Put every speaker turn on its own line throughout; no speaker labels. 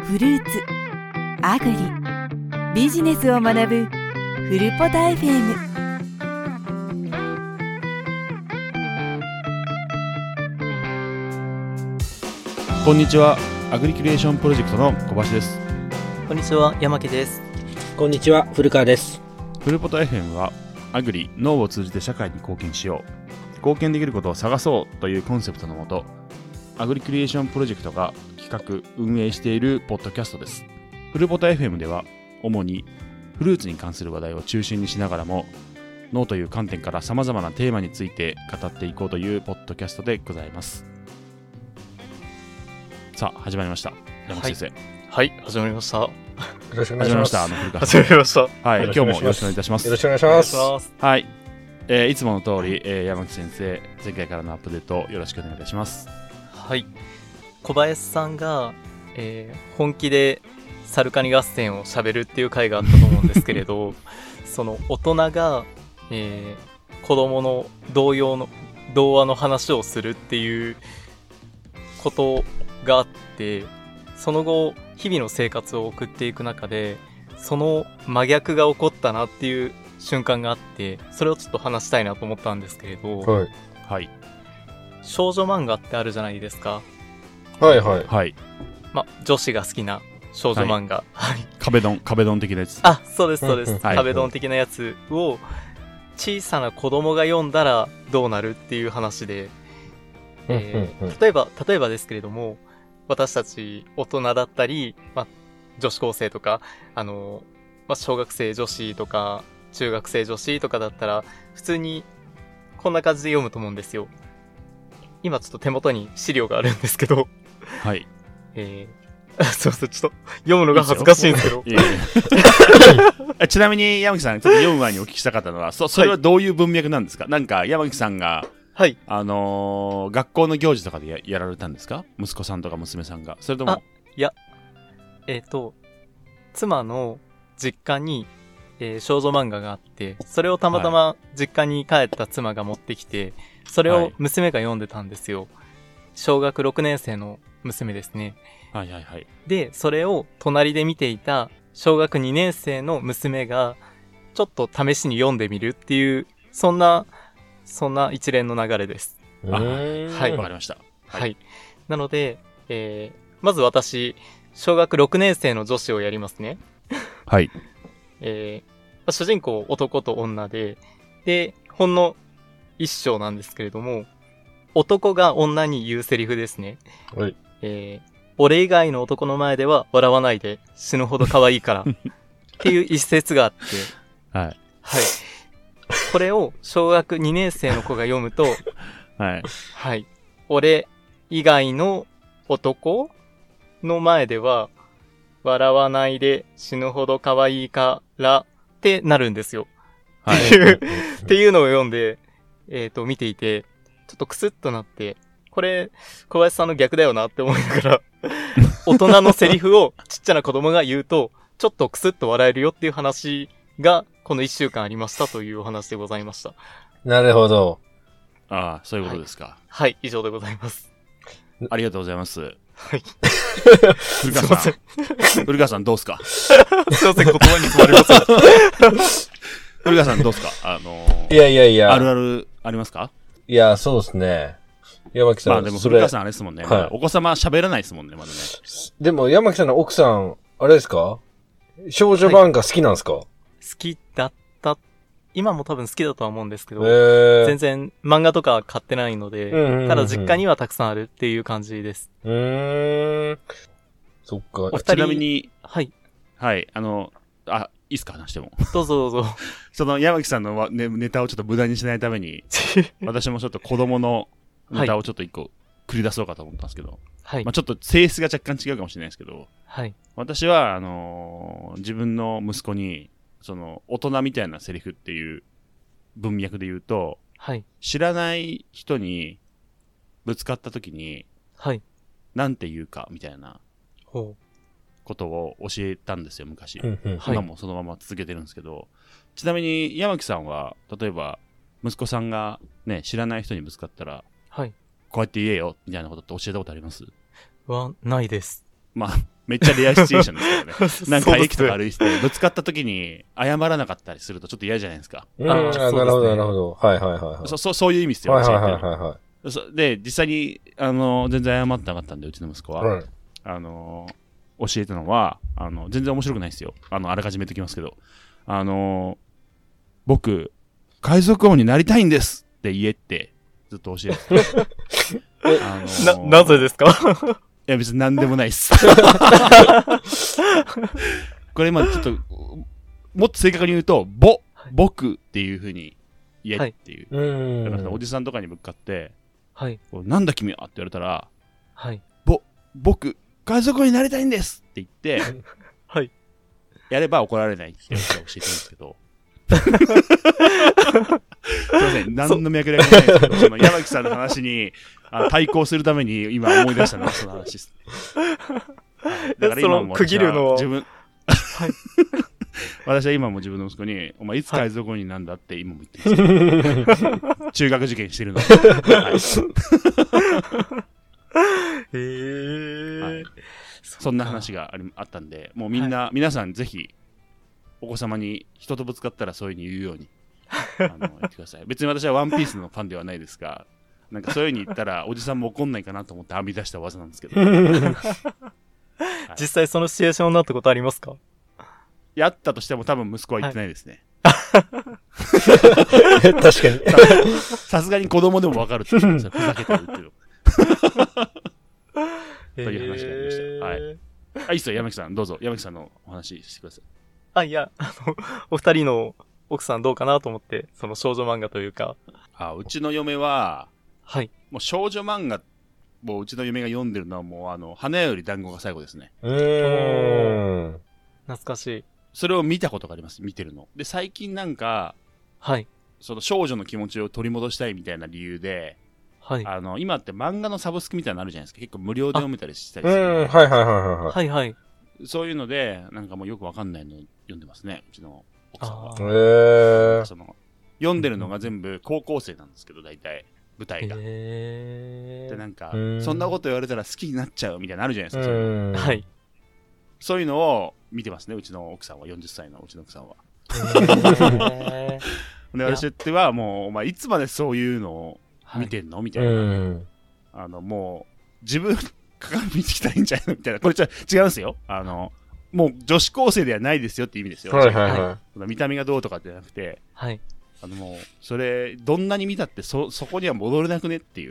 フルーツ、アグリ、ビジネスを学ぶフルポタ FM。
こんにちは。アグリキュレーションプロジェクトの小橋です。
こんにちは、山木です。
こんにちは、古川です。
フルポタ FM はアグリ、農を通じて社会に貢献しよう、貢献できることを探そうというコンセプトのもと、アグリキュレーションプロジェクトが企画・運営しているポッドキャストです。フルポタ FM では主にフルーツに関する話題を中心にしながらも、農という観点から様々なテーマについて語っていこうというポッドキャストでございます。さあ始まりました。山木先生。
はい、始まりました。よ
ろしくお願いします。
古川
始まりました。
はい、今日もよろしくお願いいたします。
よろしくお願いします。
はい、いつもの通り、山木先生、前回からのアップデートよろしくお願いいたします。
はい、小林さんが、本気でサルカニ合戦を喋るっていう回があったと思うんですけれどその大人が、子供の童話の話をするっていうことがあって、その後日々の生活を送っていく中でその真逆が起こったなっていう瞬間があって、それをちょっと話したいなと思ったんですけれど、
はい、
はい、
少女漫画ってあるじゃないですか。
はいはい
はい。
女子が好きな少女漫画、はい、
壁ドン的なやつ。
あ、そうですそうです、
はい、
壁ドン的なやつを小さな子供が読んだらどうなるっていう話で、例えばですけれども、私たち大人だったり、女子高生とか小学生女子とか中学生女子とかだったら普通にこんな感じで読むと思うんですよ。今ちょっと手元に資料があるんですけど、
はい。
そうちょっと読むのが恥ずかしいんですけど。
ちなみに山木さん、ちょっと読む前にお聞きしたかったのは、それはどういう文脈なんですか？なんか山木さんが、
はい、
学校の行事とかで やられたんですか？息子さんとか娘さんが。それとも、
いや、妻の実家に、少女漫画があって、それをたまたま実家に帰った妻が持ってきて、それを娘が読んでたんですよ。小学6年生の娘ですね。
はいはいはい。
で、それを隣で見ていた小学2年生の娘がちょっと試しに読んでみるっていう、そんな一連の流れです。
はい、わかりました。
はい。なので、まず私、小学6年生の女子をやりますね。
はい。
主人公男と女で、ほんの一章なんですけれども、男が女に言うセリフですね。
はい。
俺以外の男の前では笑わないで、死ぬほど可愛いからっていう一節があって、
はい。
はい。これを小学2年生の子が読むと、
はい。
はい。俺以外の男の前では笑わないで死ぬほど可愛いからってなるんですよ。はい。っていうのを読んで、見ていて、ちょっとクスッとなって、これ、小林さんの逆だよなって思いながら、大人のセリフをちっちゃな子供が言うと、ちょっとクスッと笑えるよっていう話が、この1週間ありましたというお話でございました。
なるほど。
ああ、そういうことですか。
はい、以上でございます。
ありがとうございます。はい。古川さんどうすか？
すいません、言葉に詰まりません。
古川さんどうすか？
いや。
あるあるありますか？
いや、そうですね。山木さん。
でも古川さんあれですもんね。はい、お子様喋らないですもんね、まだね。
でも山木さんの奥さん、あれですか？少女漫画好きなんですか？
好きだった。今も多分好きだとは思うんですけど、全然漫画とか買ってないので、ただ実家にはたくさんあるっていう感じです。
そっか。
ちなみに、
はい。
いいっすか、話しても。
どうぞ。
その山木さんのネタをちょっと無駄にしないために、私もちょっと子供のネタをちょっと一個繰り出そうかと思ったんですけど、はい。ちょっと性質が若干違うかもしれないですけど、はい。私は、自分の息子に、その大人みたいなセリフっていう文脈で言うと、はい、知らない人にぶつかった時に、はい、なんて言うかみたいなことを教えたんですよ昔、今もそのまま続けてるんですけど、ちなみに山木さんは例えば息子さんがね知らない人にぶつかったら、はい、こうやって言えよみたいなことって教えたことあります？
はないです。
めっちゃレアシチュエーションですからね。なんか駅とか歩いてて、ぶつかった時に謝らなかったりするとちょっと嫌じゃないですか。
なるほど、なるほど。はいはいはい。
そういう意味ですよ。
はいはいはいはい。
で、実際に、全然謝ってなかったんで、うちの息子は。
はい、
教えたのは、全然面白くないですよ。あらかじめときますけど。僕、海賊王になりたいんですって言えって、ずっと教えて
なぜですか？
いや、別に何でもないっす。これ今ちょっと、もっと正確に言うと、僕っていう風に言えっていう。だからおじさんとかに向かって、なんだ君はって言われたら、僕、海賊王になりたいんですって言って、やれば怒られないって教えてるんですけど、すいません、何の脈絡もないですけど、その山木さんの話に対抗するために今思い出したのはその話です。
だから今も自分、
私は今も自分の息子に、お前いつ海賊王になんだって今も言ってるんですよ。中学受験してるので。そんな話があったんで、もう皆さんぜひ、お子様に人とぶつかったらそういう風に言うように言ってください。別に私はワンピースのファンではないですが、なんかそういう風に言ったらおじさんも怒んないかなと思って編み出した技なんですけど。
実際そのシチュエーションになったことありますか？
やったとしても多分息子は言ってないですね。
確かに。
さすがに子供でもわかるって言うんですよ。ふざけてるっていうの。という話がありました。はい。いいっすよ、山木さん。どうぞ。山木さんのお話してください。
いや、お二人の奥さんどうかなと思って、その少女漫画というか。
うちの嫁は、もう少女漫画をうちの嫁が読んでるのはもう花より団子が最後ですね。
懐かしい。
それを見たことがあります、見てるの。で、最近なんか、その少女の気持ちを取り戻したいみたいな理由で、今って漫画のサブスクみたいなのあるじゃないですか。結構無料で読めたりしたりする。そういうので、なんかもうよくわかんないの読んでますね、うちの奥さんは。読んでるのが全部高校生なんですけど、大体、舞台が。で、なんか、そんなこと言われたら好きになっちゃうみたいなのあるじゃないですか。そういうのを見てますね、うちの奥さんは、40歳のうちの奥さんは。で、私ってはもう、お前いつまでそういうのを見てんのみたいな。もう、自分、鏡見てきたらいいんじゃないのみたいな。これ違うんですよ。もう女子高生ではないですよって意味ですよ。見た目がどうとかじゃなくて、もう、それ、どんなに見たって、そこには戻れなくねっていう。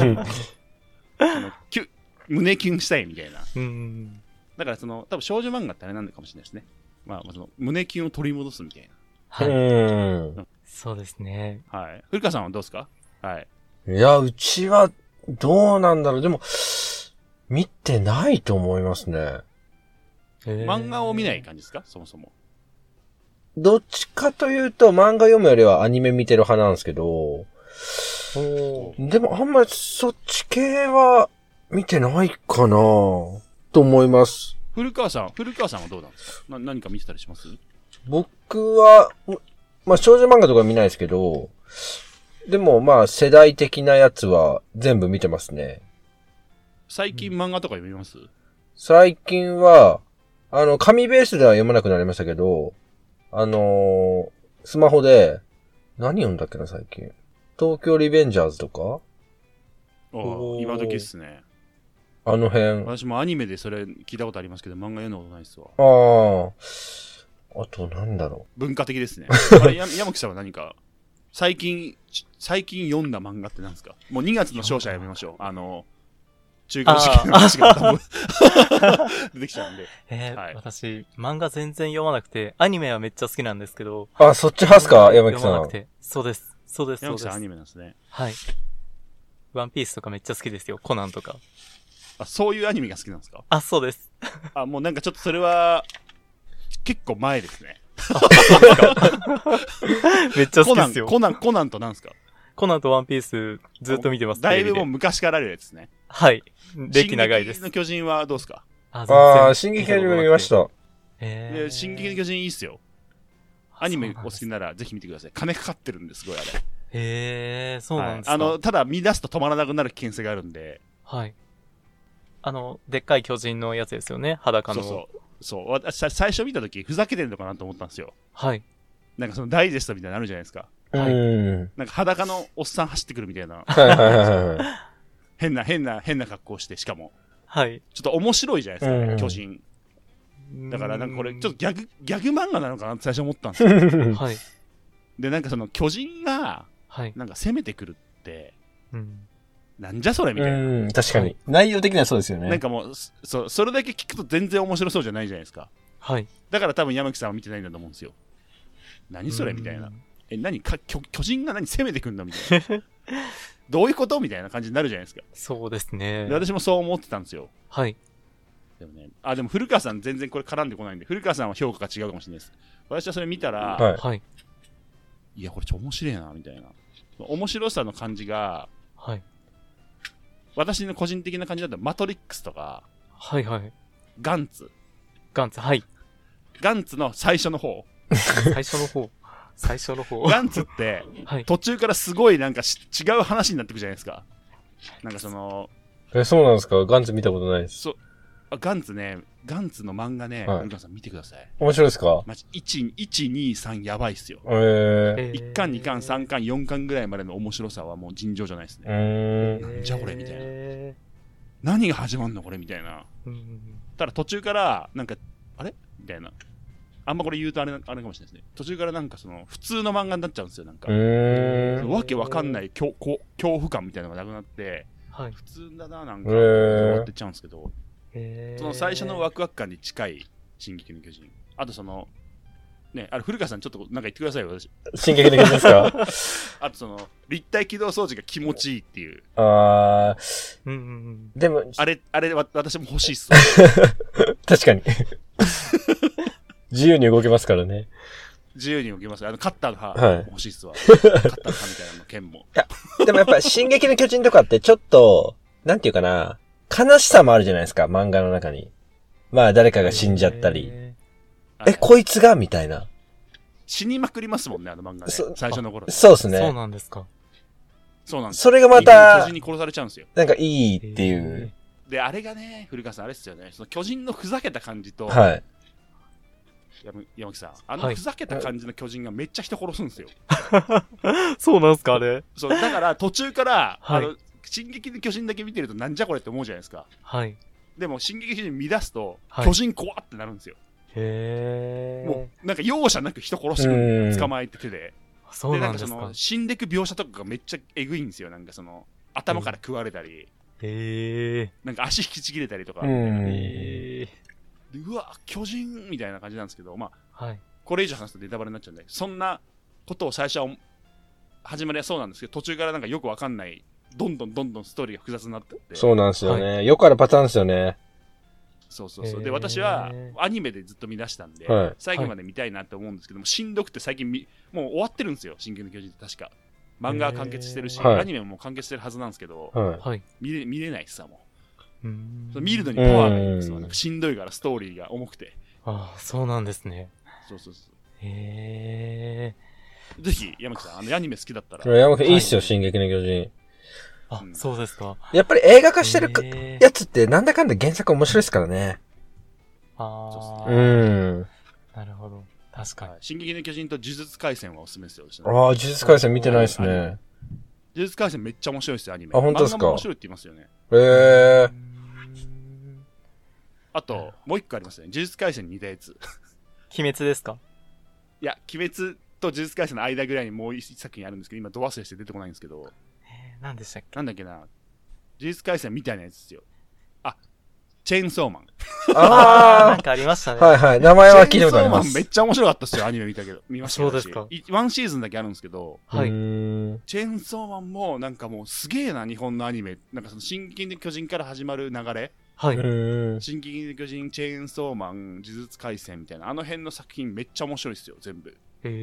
胸キュンしたいみたいな。だから、多分少女漫画ってあれなんだかもしれないですね。胸キュンを取り戻すみたい
な。そうですね。
古川さんはどうですか？
いや、うちは、どうなんだろう。でも、見てないと思いますね。
漫画を見ない感じですか？そもそも。
どっちかというと、漫画読むよりはアニメ見てる派なんですけど、でもあんまりそっち系は見てないかなと思います。
古川さんはどうなんですか？何か見てたりします？
僕は、少女漫画とか見ないですけど、でも世代的なやつは全部見てますね。
最近漫画とか読みます？
最近は、紙ベースでは読まなくなりましたけど、スマホで、何読んだっけな、最近。東京リベンジャーズとか？
今時っすね。
あの辺。
私もアニメでそれ聞いたことありますけど、漫画読んだことないっすわ。
あとなんだろ
う。文化的ですね。山木さんは何か、最近読んだ漫画って何ですか？もう2月の勝者やめましょう。中学受験の話が多分出てきちゃうんで。
私、漫画全然読まなくて、アニメはめっちゃ好きなんですけど。
そっち派っすか？山木さん。
読まなくて。そうです。
山木さんアニメなんですね。
ワンピースとかめっちゃ好きですよ。コナンとか。
そういうアニメが好きなんですか？
そうです。
もうなんかちょっとそれは、結構前ですね。
めっちゃ好きですよ。
コナンと何ですか？
コナンとワンピースずっと見てます。
だいぶもう昔からあるやつですね。
歴長いです。
進撃の巨人はどうですか？
進撃の巨人見ました。
進撃の巨人いいっすよ。アニメお好きならぜひ見てください。金かかってるんですごいあれ。
そうなんですか。
ただ見出すと止まらなくなる危険性があるんで。
でっかい巨人のやつですよね、裸の。
そう。私、最初見たとき、ふざけてんのかなと思ったんですよ。
はい。
なんかそのダイジェストみたいなのあるじゃないですか。
はい。
なんか裸のおっさん走ってくるみたいな。変な格好して、しかも。
はい。
ちょっと面白いじゃないですか、巨人。だからなんかこれ、ちょっとギャグ漫画なのかなって最初思ったんですよ。はい。で、なんかその巨人が、なんか攻めてくるって、なんじゃそれみたいな。
確かに。内容的にはそうですよね。
なんかもう、それだけ聞くと全然面白そうじゃないじゃないですか。
はい。
だから多分山木さんは見てないんだと思うんですよ。何それみたいな。巨人が攻めてくんだみたいな。どういうことみたいな感じになるじゃないですか。
そうですね。
で私もそう思ってたんですよ。
はい。
でもね、でも古川さん全然これ絡んでこないんで、古川さんは評価が違うかもしれないです。私はそれ見たら、
はい。
いや、これ面白いな、みたいな。面白さの感じが、
はい。
私の個人的な感じだと、マトリックスとか、
はいはい。
ガンツ、
はい。
ガンツの最初の方。
最初の方。
ガンツって、途中からすごいなんか違う話になってくるじゃないですか。なんかその、
そうなんですか？ガンツ見たことないです。
ガンツの漫画ね、古川さん見てください。
面白いですか？
1、2、3やばいっすよ。1巻、2巻、3巻、4巻ぐらいまでの面白さはもう尋常じゃないですね。なんじゃこれみたいな。何が始まんのこれみたいな。ただ途中から、なんか、あれみたいな。あんまこれ言うとあれかもしれないですね。途中からなんかその、普通の漫画になっちゃうんですよ。なんか、わけわかんない恐怖感みたいなのがなくなって、普通だな、なんか、終わってっちゃうんですけど、その最初のワクワク感に近い進撃の巨人。あとその、ね、古川さんちょっとなんか言ってくださいよ、私。
進撃の巨人ですか？
あとその、立体起動装置が気持ちいいっていう。
でも、
あれ、私も欲しいっす。
確かに。自由に動けますからね。
自由に動けます。カッターの刃、欲しいっすわ。カッターの刃みたいなの剣も。
いや、でもやっぱ、進撃の巨人とかってちょっと、なんていうかな、悲しさもあるじゃないですか、漫画の中に。まあ、誰かが死んじゃったり。こいつがみたいな。
死にまくりますもんね、漫画ね。最初の頃。
そうですね。
そうなんですか。
そうなんです。
それがまた、
巨人に殺されちゃうんですよ。
なんかいいっていう。
で、あれがね、古川さん、あれっすよね。その巨人のふざけた感じと、
はい。
山木さん、ふざけた感じの巨人がめっちゃ人殺すんですよ。
そうなんすか、あれ。
そう、だから途中から、進撃の巨人だけ見てるとなんじゃこれって思うじゃないですか。
はい。
でも、進撃の巨人乱すと、巨人怖ってなるんですよ。もう、なんか容赦なく人殺して捕まえて手で。
そうなんですか。
で、なんかその、死んでく描写とかがめっちゃえぐいんですよ。なんかその、頭から食われたり。なんか足引きちぎれたりとか。でうわ、巨人みたいな感じなんですけど、まあ、これ以上話すとネタバレになっちゃうんで、そんなことを最初は始まりはそうなんですけど、途中からなんかよくわかんない、どんどんストーリーが複雑になってって。
そうなんですよね。よくあるパターンですよね。
そう。で、私はアニメでずっと見出したんで、最後まで見たいなって思うんですけども、しんどくて最近もう終わってるんですよ、進撃の巨人って確か。漫画は完結してるし、アニメも完結してるはずなんですけど、見れないっすさ、もう。見るのにパワーがいいんですよ。なんかしんどいからストーリーが重くて。
ああ、そうなんですね。
そう。
へ
え。ぜひ、山木さん、アニメ好きだったら。
山木さん、いいっすよ、進撃の巨人。
あ、そうですか。
やっぱり映画化してるやつって、なんだかんだ原作面白いですからね。
ああ。なるほど。確かに。
進撃の巨人と呪術廻戦はおすすめですよ。
呪術廻戦見てないですね。
呪術廻戦めっちゃ面白いですよ、アニメ。
本当ですか？
漫画も面白いって言いますよね。あと、もう一個ありますね。呪術廻戦に似たやつ。
鬼滅ですか？
いや、鬼滅と呪術廻戦の間ぐらいにもう一作品あるんですけど、今、ど忘れして出てこないんですけど。
何でしたっけ？
なんだっけな。呪術廻戦みたいなやつですよ。チェーンソーマン。
なんかありましたね。
はい。名前は聞いたことあります。
チェーンソーマンめっちゃ面白かったっすよ、アニメ見たけど。見ましたけど。
そうですか。
ワンシーズンだけあるんですけど。
はい。チ
ェーンソーマンもなんかもうすげえな、日本のアニメ。なんかその進撃の巨人から始まる流れ。
はい。
進撃の巨人、チェーンソーマン、呪術廻戦みたいな、あの辺の作品めっちゃ面白いですよ、全部。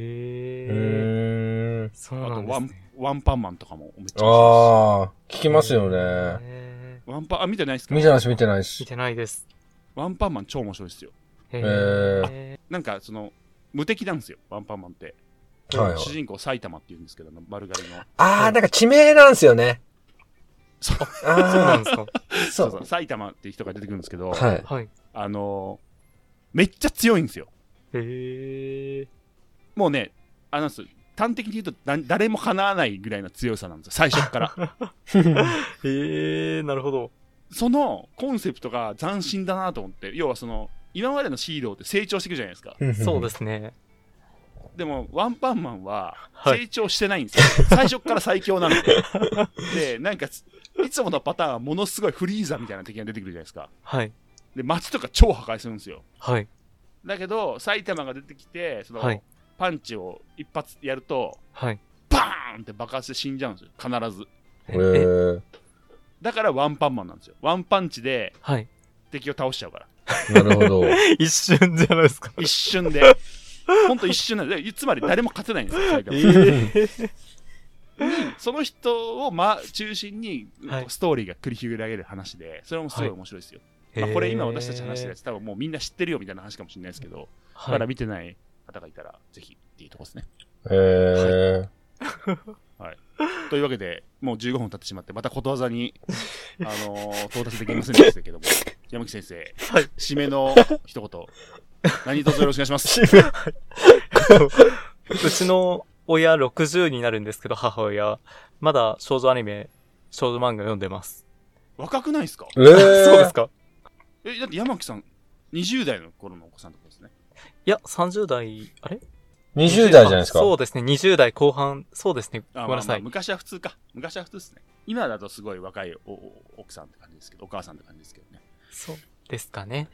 そうなんですね。
あとワンパンマンとかもめっちゃ面
白いです。聞きますよね。
見てないですか？
見てないです。
見てないです。
ワンパンマン超面白いですよ。なんかその、無敵なんですよ、ワンパンマンって。主人公埼玉って言うんですけど、丸刈りの。
なんか地名なんですよね。
そうなんですか。
そうそう、埼玉っていう人が出てくるんですけど、
はい。
めっちゃ強いんですよ。
へえ。
もうね、端的に言うと誰も叶わないぐらいの強さなんですよ、最初から。
へえ、なるほど。
そのコンセプトが斬新だなと思って、要は今までのヒーローって成長していくじゃないですか。
そうですね。
でも、ワンパンマンは成長してないんですよ。最初から最強なんで。で、なんか、いつものパターンはものすごいフリーザみたいな敵が出てくるじゃないですか。
はい。
で、街とか超破壊するんですよ。
はい。
だけど、埼玉が出てきて、
はい、
パンチを一発やると、
はい、
バーンって爆発して死んじゃうんですよ。必ず。だからワンパンマンなんですよ。ワンパンチで敵を倒しちゃうから。
なるほど。
一瞬じゃないですか。
一瞬で。ほんと一瞬なんで、つまり誰も勝てないんですよ、埼玉。その人を中心にストーリーが繰り広げられる話で、それもすごい面白いですよ。まあ、これ今私たち話してるやつ多分もうみんな知ってるよみたいな話かもしれないですけど、まだ見てない方がいたらぜひっていうところですね。はい。というわけで、もう15分経ってしまって、またことわざに、到達できませんでしたけども、山木先生、
はい、
締めの一言、何卒よろしくお願いします。
うちの親60になるんですけど、母親。まだ少女アニメ、少女漫画読んでます。
若くないですか？
そうですか？
だって山木さん、20代の頃のお子さんってことですね。
いや、30代、あれ
20代じゃないですか。
そうですね、20代後半、そうですね、ごめんなさい。
昔は普通か。昔は普通ですね。今だとすごい若い奥さんって感じですけど、お母さんって感じですけどね。
そうですかね。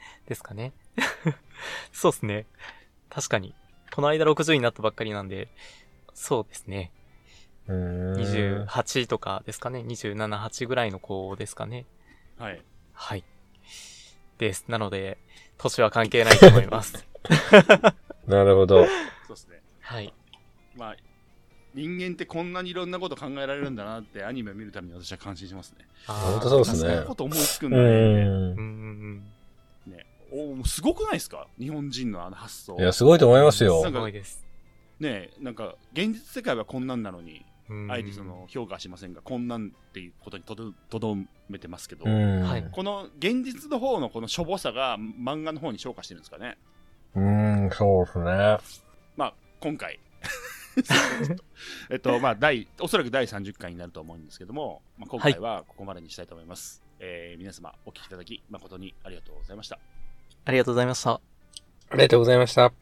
そうですね。確かに。この間60になったばっかりなんで、そうですね。28とかですかね。27、8ぐらいの子ですかね。
はい。
はい。です。なので、年は関係ないと思います。
なるほど。
そうですね。
はい。
まあ、人間ってこんなにいろんなこと考えられるんだなってアニメを見るために私は感心しますね。
本当そうですね。
そんなこと思いつくんだね。すごくないですか？日本人の発想。
いや、すごいと思いますよ。
すごいです。
ねえ、なんか、現実世界はこんなんなのに、あえて評価しませんが、こんなんっていうことにとどめてますけど、この現実の方のこのしょぼさが漫画の方に昇華してるんですかね。
そうですね。
まあ、今回。まあ、おそらく第30回になると思うんですけども、まあ、今回はここまでにしたいと思います。皆様お聞きいただき誠にありがとうございました。
ありがとうございました。
ありがとうございました。